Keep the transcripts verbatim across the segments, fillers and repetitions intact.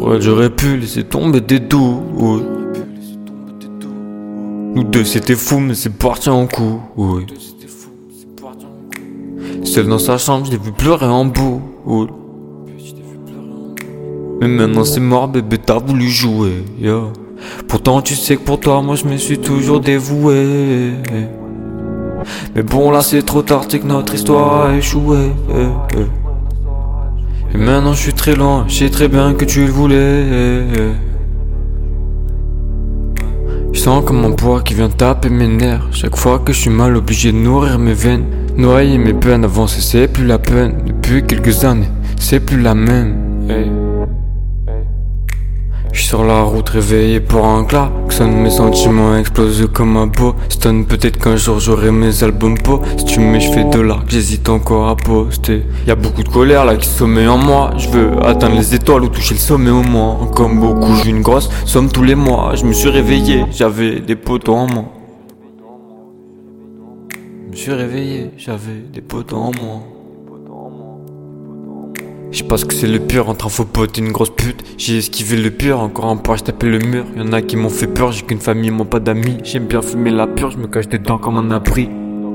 Ouais, j'aurais pu laisser tomber des doutes. Nous deux c'était fou mais c'est parti en coup. Oui. Seul dans sa chambre je l'ai vu pleurer en bout. Mais maintenant c'est mort bébé, t'as voulu jouer, yeah. Pourtant tu sais que pour toi moi je me suis toujours dévoué. Mais bon là c'est trop tard, c'est que notre histoire a échoué. Et maintenant je suis très loin, je sais très bien que tu le voulais. Je sens comme un poids qui vient taper mes nerfs. Chaque fois que je suis mal, obligé de nourrir mes veines. Noyer mes peines, avancer c'est plus la peine. Depuis quelques années, c'est plus la même. Hey. Je suis sur la route réveillé pour un klaxon. Mes sentiments explosent comme un Boston. Peut-être qu'un jour j'aurai mes albums po. Si tu me mets je fais de l'arc, j'hésite encore à poster. Y'a beaucoup de colère là qui sommeille en moi. Je veux atteindre les étoiles ou toucher le sommet au moins. Comme beaucoup j'ai une grosse somme tous les mois. Je me suis réveillé, j'avais des potos en moi. Je me suis réveillé, j'avais des potos en moi. Je sais pas ce que c'est le pire entre un faux pote et une grosse pute. J'ai esquivé le pire, encore un pas, j'ai tapé le mur. Y'en a qui m'ont fait peur, j'ai qu'une famille, moi pas d'amis. J'aime bien fumer la pure, je me cache dedans comme un abri.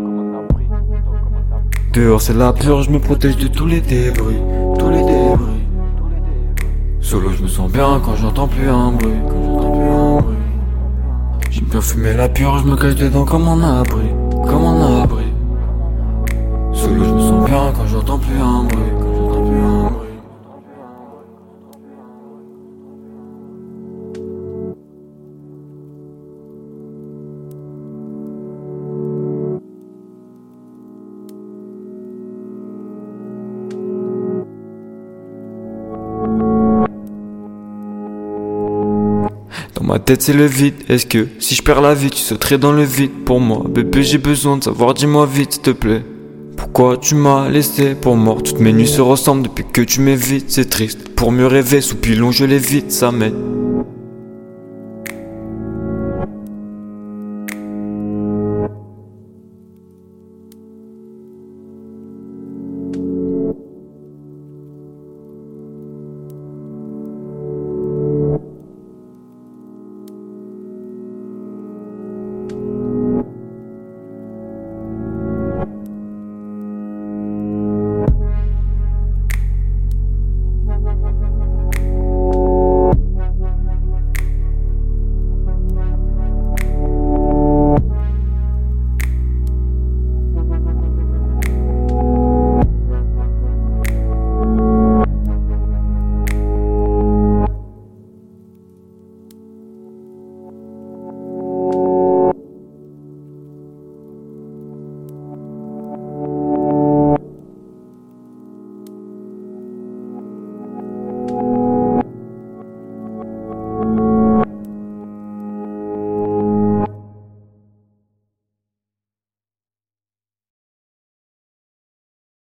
Dehors c'est la pure, je me protège de tous les débris. Tous les débris. Solo je me sens bien quand j'entends plus un bruit. Quand j'entends plus un bruit. J'aime bien fumer la pure, je me cache dedans comme un abri. Comme un abri. Solo je me sens bien quand j'entends plus un bruit. Dans ma tête c'est le vide, est-ce que si je perds la vie tu sauterais dans le vide pour moi? Bébé j'ai besoin de savoir, dis-moi vite s'il te plaît. Pourquoi tu m'as laissé pour mort? Toutes mes nuits se ressemblent depuis que tu m'évites, c'est triste. Pour mieux rêver, sous pilon je l'évite, ça m'aide.